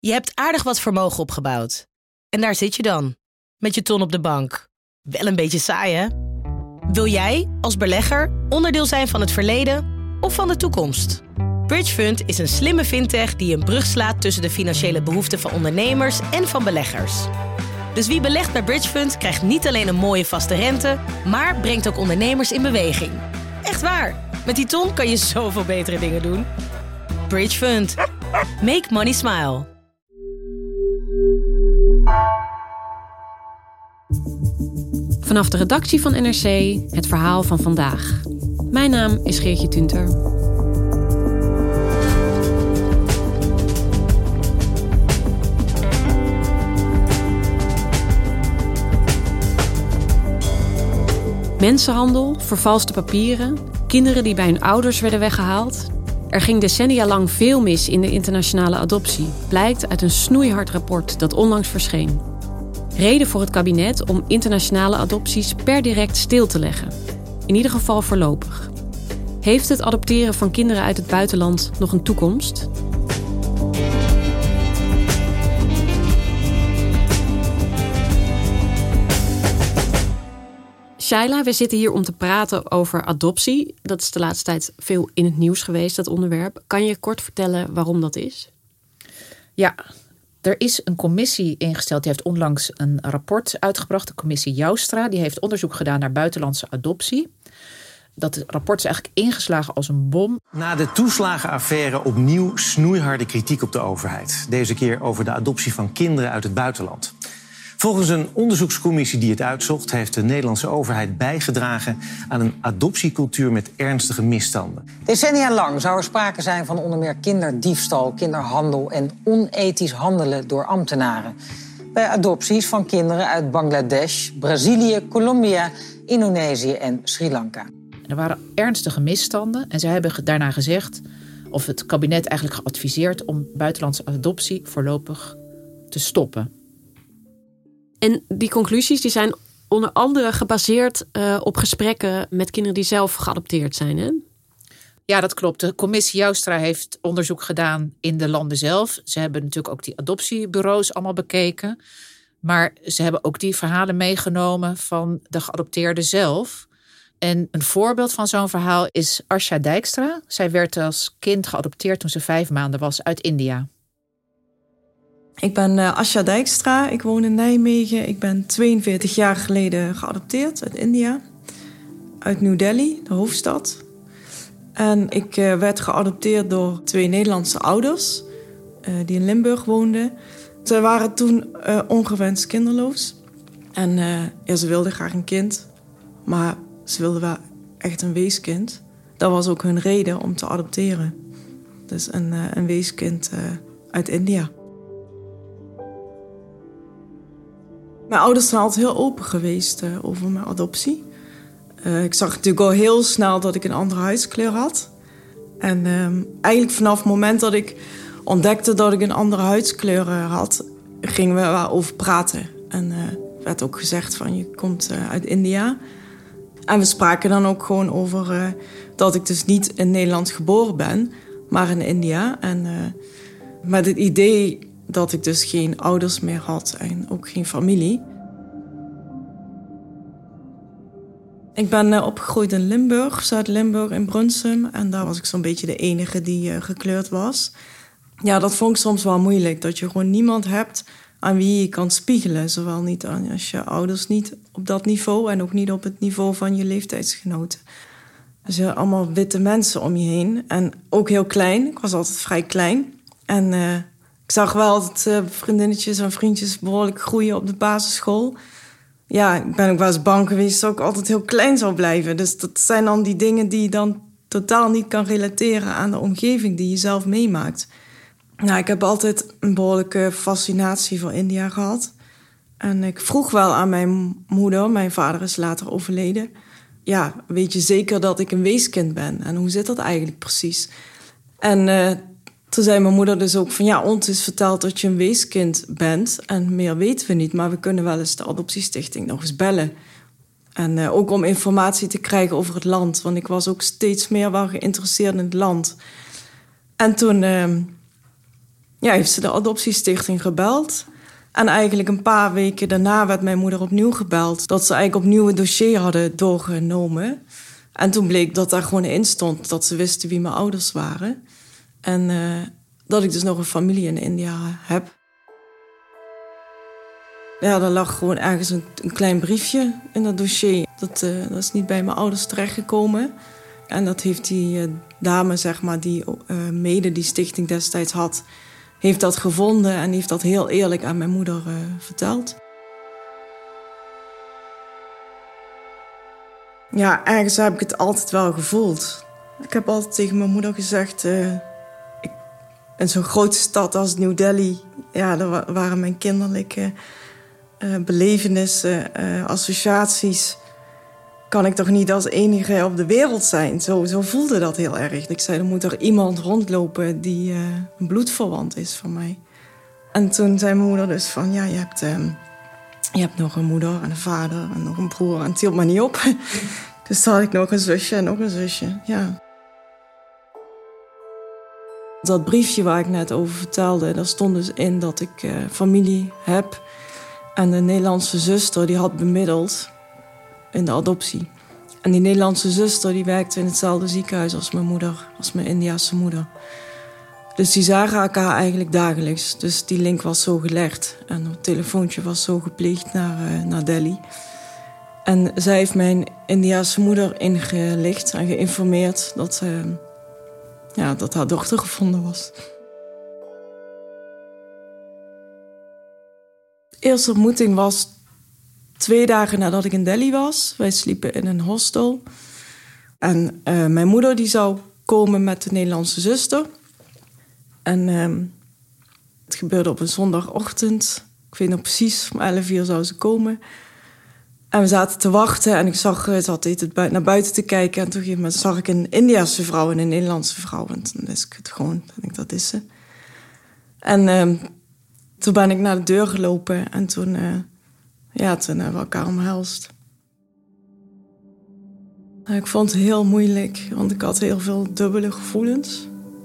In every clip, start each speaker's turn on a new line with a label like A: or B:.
A: Je hebt aardig wat vermogen opgebouwd. En daar zit je dan, met je ton op de bank. Wel een beetje saai, hè? Wil jij, als belegger, onderdeel zijn van het verleden of van de toekomst? Bridgefund is een slimme fintech die een brug slaat tussen de financiële behoeften van ondernemers en van beleggers. Dus wie belegt bij Bridgefund krijgt niet alleen een mooie vaste rente, maar brengt ook ondernemers in beweging. Echt waar, met die ton kan je zoveel betere dingen doen. Bridgefund. Make money smile.
B: Vanaf de redactie van NRC het verhaal van vandaag. Mijn naam is Geertje Tunter. Mensenhandel, vervalste papieren, kinderen die bij hun ouders werden weggehaald. Er ging decennia lang veel mis in de internationale adoptie, blijkt uit een snoeihard rapport dat onlangs verscheen. Reden voor het kabinet om internationale adopties per direct stil te leggen. In ieder geval voorlopig. Heeft het adopteren van kinderen uit het buitenland nog een toekomst? Shaila, we zitten hier om te praten over adoptie. Dat is de laatste tijd veel in het nieuws geweest, dat onderwerp. Kan je kort vertellen waarom dat is?
C: Ja, er is een commissie ingesteld. Die heeft onlangs een rapport uitgebracht. De commissie Joustra. Die heeft onderzoek gedaan naar buitenlandse adoptie. Dat rapport is eigenlijk ingeslagen als een bom.
D: Na de toeslagenaffaire opnieuw snoeiharde kritiek op de overheid. Deze keer over de adoptie van kinderen uit het buitenland. Volgens een onderzoekscommissie die het uitzocht, heeft de Nederlandse overheid bijgedragen aan een adoptiecultuur met ernstige misstanden.
E: Decennia lang zou er sprake zijn van onder meer kinderdiefstal, kinderhandel en onethisch handelen door ambtenaren. Bij adopties van kinderen uit Bangladesh, Brazilië, Colombia, Indonesië en Sri Lanka.
C: Er waren ernstige misstanden en ze hebben daarna gezegd, of het kabinet eigenlijk geadviseerd, om buitenlandse adoptie voorlopig te stoppen.
B: En die conclusies die zijn onder andere gebaseerd op gesprekken met kinderen die zelf geadopteerd zijn, hè?
C: Ja, dat klopt. De commissie Joustra heeft onderzoek gedaan in de landen zelf. Ze hebben natuurlijk ook die adoptiebureaus allemaal bekeken. Maar ze hebben ook die verhalen meegenomen van de geadopteerden zelf. En een voorbeeld van zo'n verhaal is Asha Dijkstra. Zij werd als kind geadopteerd toen ze 5 maanden was uit India.
F: Ik ben Asha Dijkstra, ik woon in Nijmegen. Ik ben 42 jaar geleden geadopteerd uit India. Uit New Delhi, de hoofdstad. En ik werd geadopteerd door 2 Nederlandse ouders die in Limburg woonden. Zij waren toen ongewenst kinderloos. En ze wilden graag een kind, maar ze wilden wel echt een weeskind. Dat was ook hun reden om te adopteren. Dus een weeskind uit India. Mijn ouders zijn altijd heel open geweest over mijn adoptie. Ik zag natuurlijk al heel snel dat ik een andere huidskleur had. En eigenlijk vanaf het moment dat ik ontdekte dat ik een andere huidskleur had, gingen we wel over praten. En werd ook gezegd van je komt uit India. En we spraken dan ook gewoon over dat ik dus niet in Nederland geboren ben, maar in India. En met het idee dat ik dus geen ouders meer had en ook geen familie. Ik ben opgegroeid in Limburg, Zuid-Limburg in Brunsum. En daar was ik zo'n beetje de enige die gekleurd was. Ja, dat vond ik soms wel moeilijk. Dat je gewoon niemand hebt aan wie je kan spiegelen. Zowel niet als je ouders niet op dat niveau en ook niet op het niveau van je leeftijdsgenoten. Dus je allemaal witte mensen om je heen. En ook heel klein. Ik was altijd vrij klein. En ik zag wel altijd vriendinnetjes en vriendjes behoorlijk groeien op de basisschool. Ja, ik ben ook wel eens bang geweest dat ik altijd heel klein zou blijven. Dus dat zijn dan die dingen die je dan totaal niet kan relateren aan de omgeving die je zelf meemaakt. Nou, ik heb altijd een behoorlijke fascinatie voor India gehad. En ik vroeg wel aan mijn moeder, mijn vader is later overleden. Ja, weet je zeker dat ik een weeskind ben? En hoe zit dat eigenlijk precies? En toen zei mijn moeder dus ook van ja, ons is verteld dat je een weeskind bent. En meer weten we niet, maar we kunnen wel eens de adoptiestichting nog eens bellen. En ook om informatie te krijgen over het land. Want ik was ook steeds meer wel geïnteresseerd in het land. En toen heeft ze de adoptiestichting gebeld. En eigenlijk een paar weken daarna werd mijn moeder opnieuw gebeld. Dat ze eigenlijk opnieuw het dossier hadden doorgenomen. En toen bleek dat daar gewoon in stond dat ze wisten wie mijn ouders waren. En dat ik dus nog een familie in India heb. Ja, er lag gewoon ergens een klein briefje in dat dossier. Dat is niet bij mijn ouders terechtgekomen. En dat heeft die dame, zeg maar, die mede die stichting destijds had, heeft dat gevonden en heeft dat heel eerlijk aan mijn moeder verteld. Ja, ergens heb ik het altijd wel gevoeld. Ik heb altijd tegen mijn moeder gezegd, in zo'n grote stad als New Delhi, ja, daar waren mijn kinderlijke belevenissen, associaties, kan ik toch niet als enige op de wereld zijn? Zo voelde dat heel erg. Ik zei, er moet er iemand rondlopen die een bloedverwant is van mij. En toen zei mijn moeder dus van, ja, je hebt nog een moeder en een vader en nog een broer. En het hield maar niet op. Dus toen had ik nog een zusje en nog een zusje, ja. Dat briefje waar ik net over vertelde, daar stond dus in dat ik familie heb. En de Nederlandse zuster die had bemiddeld in de adoptie. En die Nederlandse zuster die werkte in hetzelfde ziekenhuis als mijn moeder, als mijn Indiase moeder. Dus die zagen elkaar eigenlijk dagelijks. Dus die link was zo gelegd. En het telefoontje was zo gepleegd naar Delhi. En zij heeft mijn Indiase moeder ingelicht en geïnformeerd dat haar dochter gevonden was. De eerste ontmoeting was 2 dagen nadat ik in Delhi was. Wij sliepen in een hostel. En mijn moeder die zou komen met de Nederlandse zuster. En het gebeurde op een zondagochtend. Ik weet nog precies, om 11:00 zou ze komen. En we zaten te wachten en ik zat naar buiten te kijken. En op een gegeven moment zag ik een Indiase vrouw en een Nederlandse vrouw. En toen wist ik het gewoon. Dat is ze. En toen ben ik naar de deur gelopen. En toen hebben we elkaar omhelst. Ik vond het heel moeilijk, want ik had heel veel dubbele gevoelens.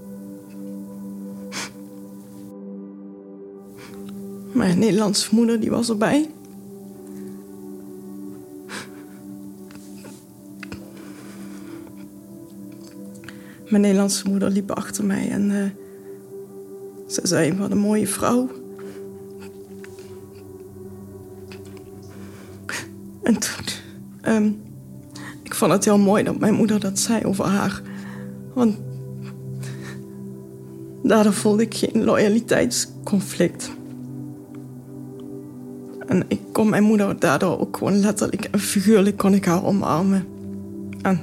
F: Mijn Nederlandse moeder die was erbij. Mijn Nederlandse moeder liep achter mij en ze zei, wat een mooie vrouw. En toen, ik vond het heel mooi dat mijn moeder dat zei over haar. Want daardoor voelde ik geen loyaliteitsconflict. En ik kon mijn moeder daardoor ook gewoon letterlijk en figuurlijk kon ik haar omarmen. En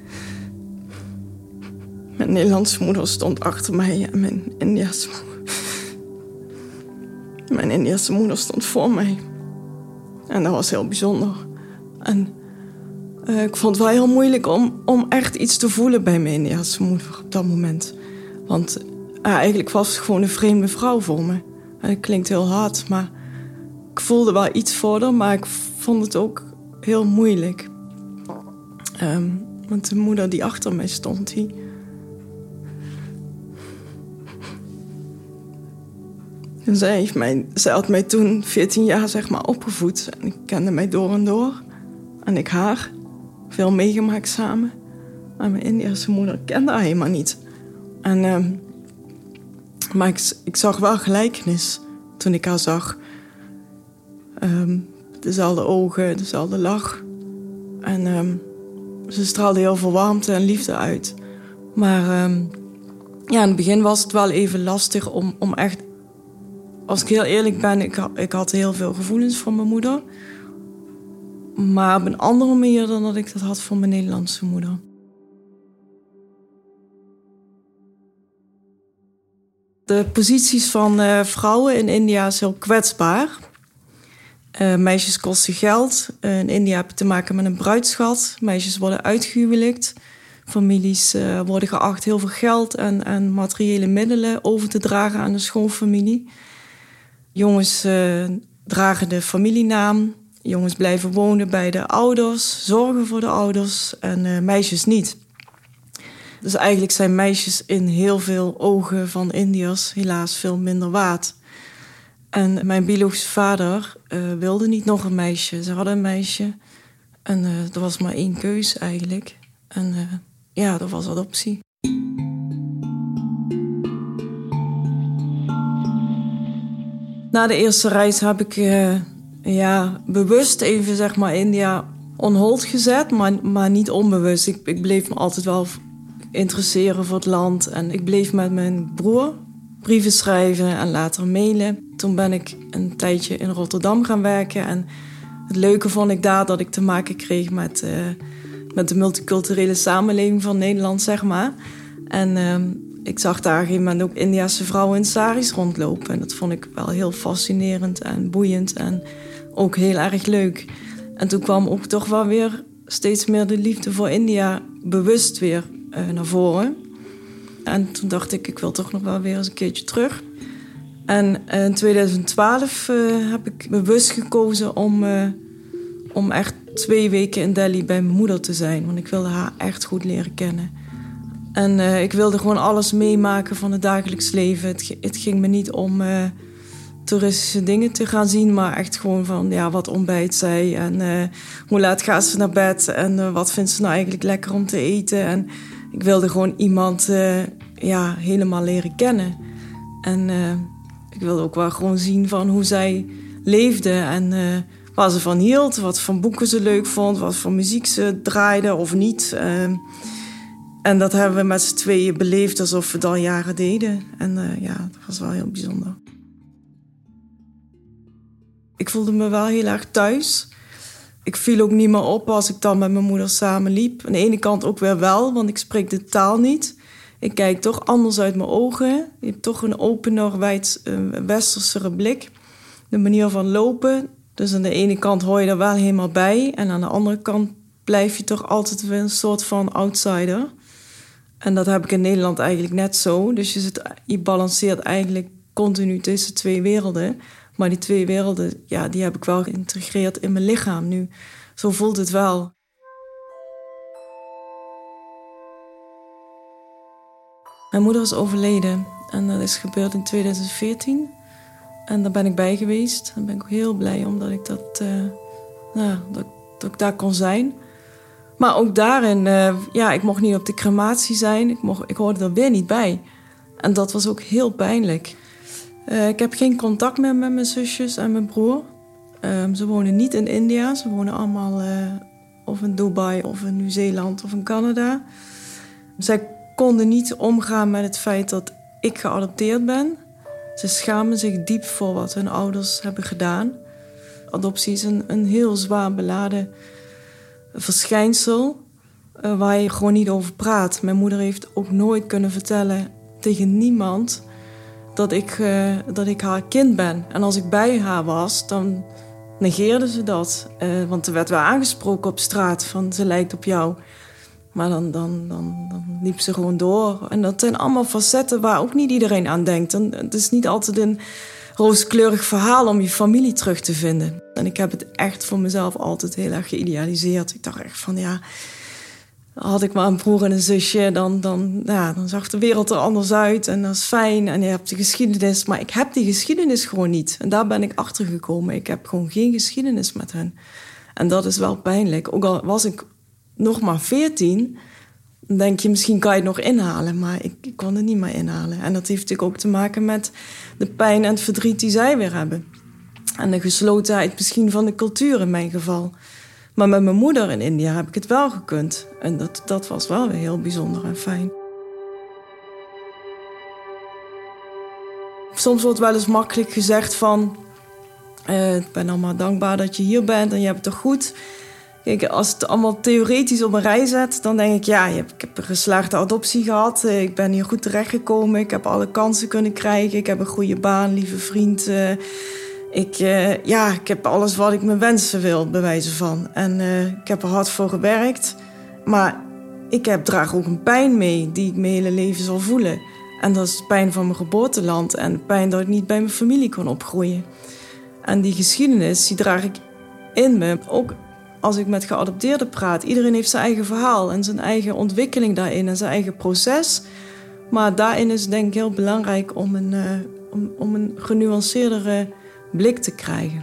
F: mijn Nederlandse moeder stond achter mij en mijn Indiase moeder stond voor mij. En dat was heel bijzonder. En ik vond het wel heel moeilijk om echt iets te voelen bij mijn Indiase moeder op dat moment. Want eigenlijk was het gewoon een vreemde vrouw voor me. En het klinkt heel hard, maar ik voelde wel iets voor haar, maar ik vond het ook heel moeilijk. Want de moeder die achter mij stond, en zij had mij toen 14 jaar zeg maar opgevoed. En ik kende mij door en door. En ik haar. Veel meegemaakt samen. Maar mijn Indiase moeder kende haar helemaal niet. Maar ik zag wel gelijkenis toen ik haar zag. Dezelfde ogen, dezelfde lach. En ze straalde heel veel warmte en liefde uit. Maar in het begin was het wel even lastig om echt... Als ik heel eerlijk ben, ik had heel veel gevoelens voor mijn moeder. Maar op een andere manier dan dat ik dat had voor mijn Nederlandse moeder. De posities van vrouwen in India is heel kwetsbaar. Meisjes kosten geld. In India heb je te maken met een bruidsschat. Meisjes worden uitgehuwelijkt. Families worden geacht heel veel geld en materiële middelen over te dragen aan de schoonfamilie. Jongens dragen de familienaam. Jongens blijven wonen bij de ouders, zorgen voor de ouders en meisjes niet. Dus eigenlijk zijn meisjes in heel veel ogen van Indiërs helaas veel minder waard. En mijn biologische vader wilde niet nog een meisje. Ze hadden een meisje en er was maar 1 keus eigenlijk. En dat was adoptie. Na de eerste reis heb ik bewust even zeg maar India on hold gezet, maar niet onbewust. Ik bleef me altijd wel interesseren voor het land. En ik bleef met mijn broer brieven schrijven en later mailen. Toen ben ik een tijdje in Rotterdam gaan werken. En het leuke vond ik daar dat ik te maken kreeg met de multiculturele samenleving van Nederland, zeg maar. En ik zag daar op een gegeven moment ook Indiase vrouwen in saris rondlopen. En dat vond ik wel heel fascinerend en boeiend en ook heel erg leuk. En toen kwam ook toch wel weer steeds meer de liefde voor India bewust weer naar voren. En toen dacht ik wil toch nog wel weer eens een keertje terug. En in 2012 heb ik bewust gekozen om echt 2 weken in Delhi bij mijn moeder te zijn. Want ik wilde haar echt goed leren kennen. En ik wilde gewoon alles meemaken van het dagelijks leven. Het ging me niet om toeristische dingen te gaan zien, maar echt gewoon van wat ontbijt zij en hoe laat gaat ze naar bed en wat vindt ze nou eigenlijk lekker om te eten. En ik wilde gewoon iemand helemaal leren kennen. En ik wilde ook wel gewoon zien van hoe zij leefde en waar ze van hield, wat voor boeken ze leuk vond, wat voor muziek ze draaide of niet. En dat hebben we met z'n tweeën beleefd alsof we dat al jaren deden. En dat was wel heel bijzonder. Ik voelde me wel heel erg thuis. Ik viel ook niet meer op als ik dan met mijn moeder samen liep. Aan de ene kant ook weer wel, want ik spreek de taal niet. Ik kijk toch anders uit mijn ogen. Je hebt toch een opener, westersere blik. De manier van lopen. Dus aan de ene kant hoor je er wel helemaal bij. En aan de andere kant blijf je toch altijd weer een soort van outsider. En dat heb ik in Nederland eigenlijk net zo. Dus je balanceert eigenlijk continu tussen 2 werelden. Maar die 2 werelden, die heb ik wel geïntegreerd in mijn lichaam nu. Zo voelt het wel. Mijn moeder is overleden. En dat is gebeurd in 2014. En daar ben ik bij geweest. Daar ben ik ook heel blij om dat ik dat ik daar kon zijn. Maar ook daarin, ik mocht niet op de crematie zijn. Ik hoorde er weer niet bij. En dat was ook heel pijnlijk. Ik heb geen contact meer met mijn zusjes en mijn broer. Ze wonen niet in India. Ze wonen allemaal of in Dubai of in Nieuw-Zeeland of in Canada. Zij konden niet omgaan met het feit dat ik geadopteerd ben. Ze schamen zich diep voor wat hun ouders hebben gedaan. Adoptie is een heel zwaar beladen verschijnsel waar je gewoon niet over praat. Mijn moeder heeft ook nooit kunnen vertellen tegen niemand dat ik haar kind ben. En als ik bij haar was, dan negeerde ze dat. Want er werd wel aangesproken op straat van ze lijkt op jou. Maar dan liep ze gewoon door. En dat zijn allemaal facetten waar ook niet iedereen aan denkt. En het is niet altijd een rooskleurig verhaal om je familie terug te vinden. En ik heb het echt voor mezelf altijd heel erg geïdealiseerd. Ik dacht echt van had ik maar een broer en een zusje, dan zag de wereld er anders uit. En dat is fijn. En je hebt de geschiedenis. Maar ik heb die geschiedenis gewoon niet. En daar ben ik achter gekomen. Ik heb gewoon geen geschiedenis met hen. En dat is wel pijnlijk. Ook al was ik nog maar 14, dan denk je misschien kan je het nog inhalen. Maar ik kon het niet meer inhalen. En dat heeft natuurlijk ook te maken met de pijn en het verdriet die zij weer hebben. En de geslotenheid misschien van de cultuur in mijn geval. Maar met mijn moeder in India heb ik het wel gekund. En dat was wel weer heel bijzonder en fijn. Soms wordt wel eens makkelijk gezegd van ik ben allemaal dankbaar dat je hier bent en je hebt het toch goed. Kijk, als het allemaal theoretisch op een rij zet, dan denk ik ik heb een geslaagde adoptie gehad. Ik ben hier goed terechtgekomen. Ik heb alle kansen kunnen krijgen. Ik heb een goede baan, lieve vriend. Ik heb alles wat ik me wensen wil, bij wijze van. En ik heb er hard voor gewerkt. Maar ik draag ook een pijn mee die ik mijn hele leven zal voelen. En dat is de pijn van mijn geboorteland. En de pijn dat ik niet bij mijn familie kon opgroeien. En die geschiedenis, die draag ik in me. Ook als ik met geadopteerden praat, iedereen heeft zijn eigen verhaal en zijn eigen ontwikkeling daarin en zijn eigen proces. Maar daarin is het denk ik heel belangrijk om een genuanceerdere blik te krijgen.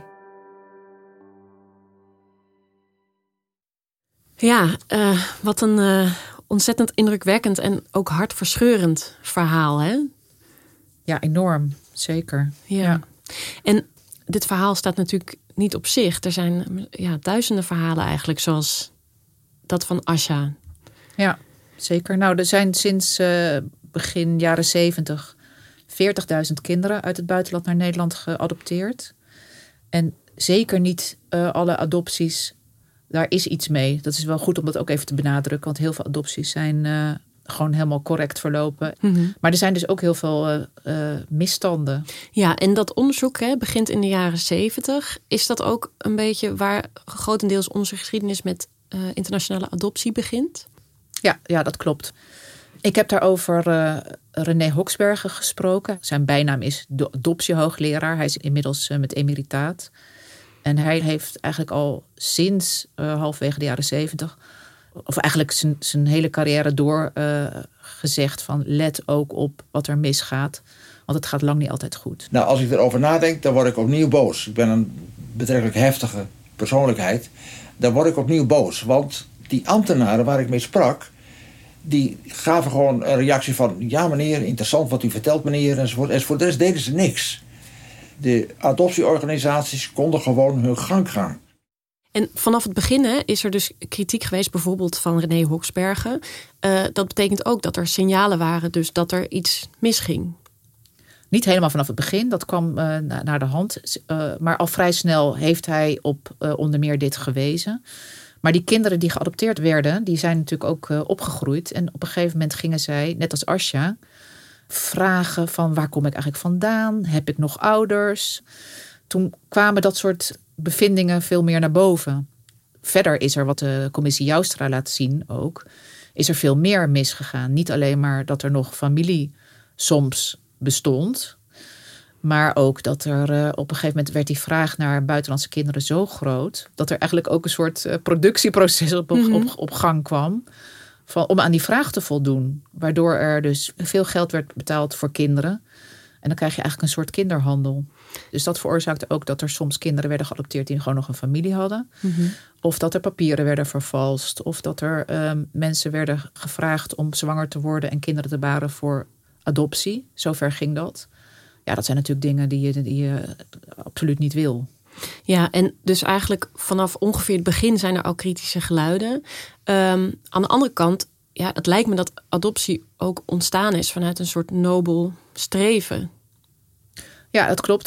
B: Ja, wat een ontzettend indrukwekkend en ook hartverscheurend verhaal, hè?
C: Ja, enorm. Zeker.
B: Ja. En dit verhaal staat natuurlijk niet op zich. Er zijn duizenden verhalen eigenlijk, zoals dat van Asja.
C: Ja, zeker. Nou, er zijn sinds begin jaren 70 40.000 kinderen uit het buitenland naar Nederland geadopteerd. En zeker niet alle adopties, daar is iets mee. Dat is wel goed om dat ook even te benadrukken, want heel veel adopties zijn gewoon helemaal correct verlopen. Mm-hmm. Maar er zijn dus ook heel veel misstanden.
B: Ja, en dat onderzoek begint in de jaren 70. Is dat ook een beetje waar grotendeels onze geschiedenis met internationale adoptie begint?
C: Ja, dat klopt. Ik heb daarover René Hoksbergen gesproken. Zijn bijnaam is de adoptiehoogleraar. Hij is inmiddels met emeritaat. En hij heeft eigenlijk al sinds halfwege de jaren 70... of eigenlijk zijn hele carrière door gezegd van let ook op wat er misgaat. Want het gaat lang niet altijd goed.
G: Nou, als ik erover nadenk, dan word ik opnieuw boos. Ik ben een betrekkelijk heftige persoonlijkheid. Dan word ik opnieuw boos. Want die ambtenaren waar ik mee sprak, die gaven gewoon een reactie van ja meneer, interessant wat u vertelt meneer, enzovoort. En voor de rest deden ze niks. De adoptieorganisaties konden gewoon hun gang gaan.
B: En vanaf het begin is er dus kritiek geweest, bijvoorbeeld van René Hoksbergen. Dat betekent ook dat er signalen waren, dus dat er iets misging.
C: Niet helemaal vanaf het begin, dat kwam naar de hand. Maar al vrij snel heeft hij op onder meer dit gewezen. Maar die kinderen die geadopteerd werden, die zijn natuurlijk ook opgegroeid. En op een gegeven moment gingen zij, net als Asja, vragen van waar kom ik eigenlijk vandaan? Heb ik nog ouders? Toen kwamen dat soort bevindingen veel meer naar boven. Verder is er, wat de commissie Joustra laat zien ook, is er veel meer misgegaan. Niet alleen maar dat er nog familie soms bestond, maar ook dat er op een gegeven moment werd die vraag naar buitenlandse kinderen zo groot, dat er eigenlijk ook een soort productieproces op gang kwam om aan die vraag te voldoen. Waardoor er dus veel geld werd betaald voor kinderen. En dan krijg je eigenlijk een soort kinderhandel. Dus dat veroorzaakte ook dat er soms kinderen werden geadopteerd die gewoon nog een familie hadden. Mm-hmm. Of dat er papieren werden vervalst. Of dat er mensen werden gevraagd om zwanger te worden en kinderen te baren voor adoptie. Zover ging dat. Ja, dat zijn natuurlijk dingen die je absoluut niet wil.
B: Ja, en dus eigenlijk vanaf ongeveer het begin zijn er al kritische geluiden. Aan de andere kant, ja, het lijkt me dat adoptie ook ontstaan is vanuit een soort nobel streven. Ja,
C: dat klopt.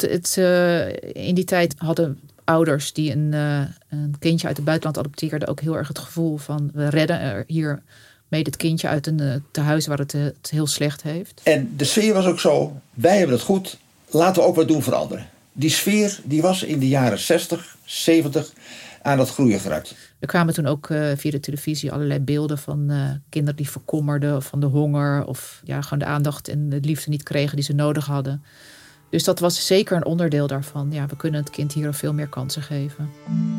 C: In die tijd hadden ouders die een kindje uit het buitenland adopteerden ook heel erg het gevoel van we redden hier mee dit kindje uit een tehuis waar het heel slecht heeft.
G: En de sfeer was ook zo, wij hebben het goed, laten we ook wat doen voor anderen. Die sfeer die was in de jaren 60, 70 aan het groeien geraakt.
C: Er kwamen toen ook via de televisie allerlei beelden van kinderen die verkommerden of van de honger of ja, gewoon de aandacht en de liefde niet kregen die ze nodig hadden. Dus dat was zeker een onderdeel daarvan. Ja, we kunnen het kind hier veel meer kansen geven.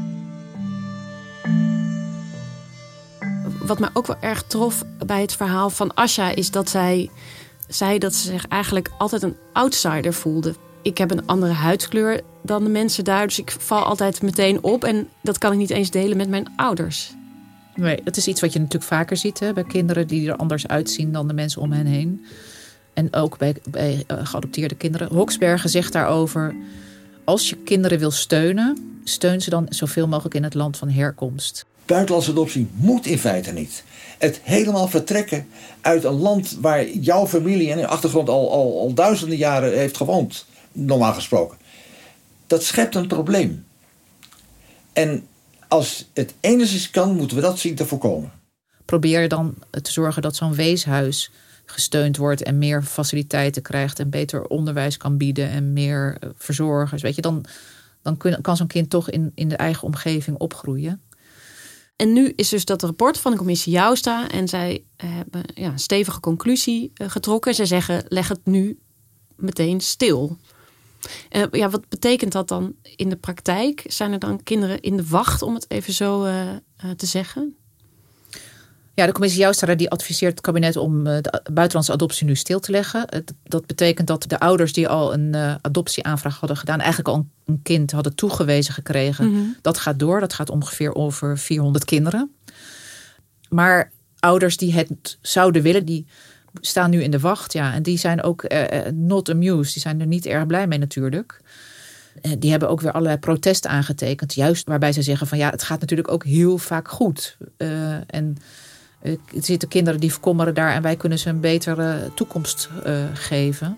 B: Wat mij ook wel erg trof bij het verhaal van Asja is dat zij zei dat ze zich eigenlijk altijd een outsider voelde. Ik heb een andere huidskleur dan de mensen daar, dus ik val altijd meteen op en dat kan ik niet eens delen met mijn ouders.
C: Nee, dat is iets wat je natuurlijk vaker ziet bij kinderen die er anders uitzien dan de mensen om hen heen. En ook bij geadopteerde kinderen. Hoksbergen zegt daarover, als je kinderen wil steunen, steun ze dan zoveel mogelijk in het land van herkomst.
G: Buitenlandse adoptie moet in feite niet. Het helemaal vertrekken uit een land waar jouw familie en je achtergrond al duizenden jaren heeft gewoond, normaal gesproken. Dat schept een probleem. En als het enigszins kan, moeten we dat zien te voorkomen.
C: Probeer dan te zorgen dat zo'n weeshuis gesteund wordt en meer faciliteiten krijgt en beter onderwijs kan bieden en meer verzorgers. Weet je, dan kan zo'n kind toch in de eigen omgeving opgroeien.
B: En nu is dus dat rapport van de commissie Joustra en zij hebben een stevige conclusie getrokken. Zij zeggen, leg het nu meteen stil. Wat betekent dat dan in de praktijk? Zijn er dan kinderen in de wacht, om het even zo te zeggen?
C: Ja, de commissie Joustra die adviseert het kabinet om de buitenlandse adoptie nu stil te leggen. Dat betekent dat de ouders die al een adoptieaanvraag hadden gedaan, eigenlijk al een kind hadden toegewezen gekregen. Mm-hmm. Dat gaat door. Dat gaat ongeveer over 400 kinderen. Maar ouders die het zouden willen, die staan nu in de wacht. Ja, en die zijn ook not amused. Die zijn er niet erg blij mee natuurlijk. Die hebben ook weer allerlei protesten aangetekend. Juist waarbij ze zeggen van ja, het gaat natuurlijk ook heel vaak goed. Er zitten kinderen die verkommeren daar en wij kunnen ze een betere toekomst geven.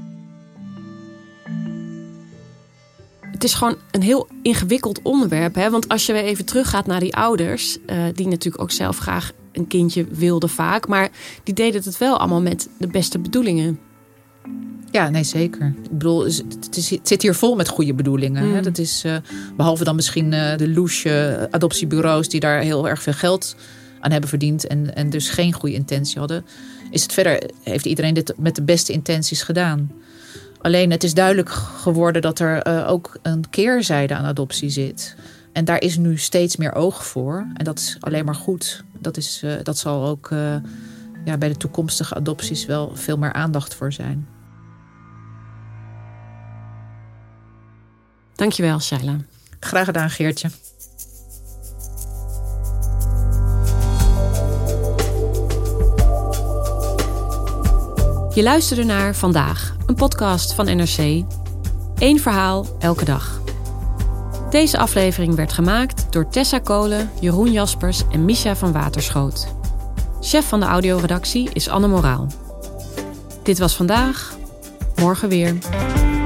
B: Het is gewoon een heel ingewikkeld onderwerp. Hè? Want als je weer even teruggaat naar die ouders, die natuurlijk ook zelf graag een kindje wilden vaak. Maar die deden het wel allemaal met de beste bedoelingen.
C: Ja, nee, zeker. Ik bedoel, het zit hier vol met goede bedoelingen. Hè? Dat is, behalve dan misschien de louche adoptiebureaus die daar heel erg veel geld aan hebben verdiend en dus geen goede intentie hadden. Heeft iedereen dit met de beste intenties gedaan. Alleen het is duidelijk geworden dat er ook een keerzijde aan adoptie zit. En daar is nu steeds meer oog voor. En dat is alleen maar goed. Dat zal ook bij de toekomstige adopties wel veel meer aandacht voor zijn.
B: Dankjewel, Shaila.
C: Graag gedaan, Geertje.
B: Je luisterde naar Vandaag, een podcast van NRC. 1 verhaal, elke dag. Deze aflevering werd gemaakt door Tessa Kolen, Jeroen Jaspers en Misha van Waterschoot. Chef van de audioredactie is Anne Moraal. Dit was Vandaag, morgen weer.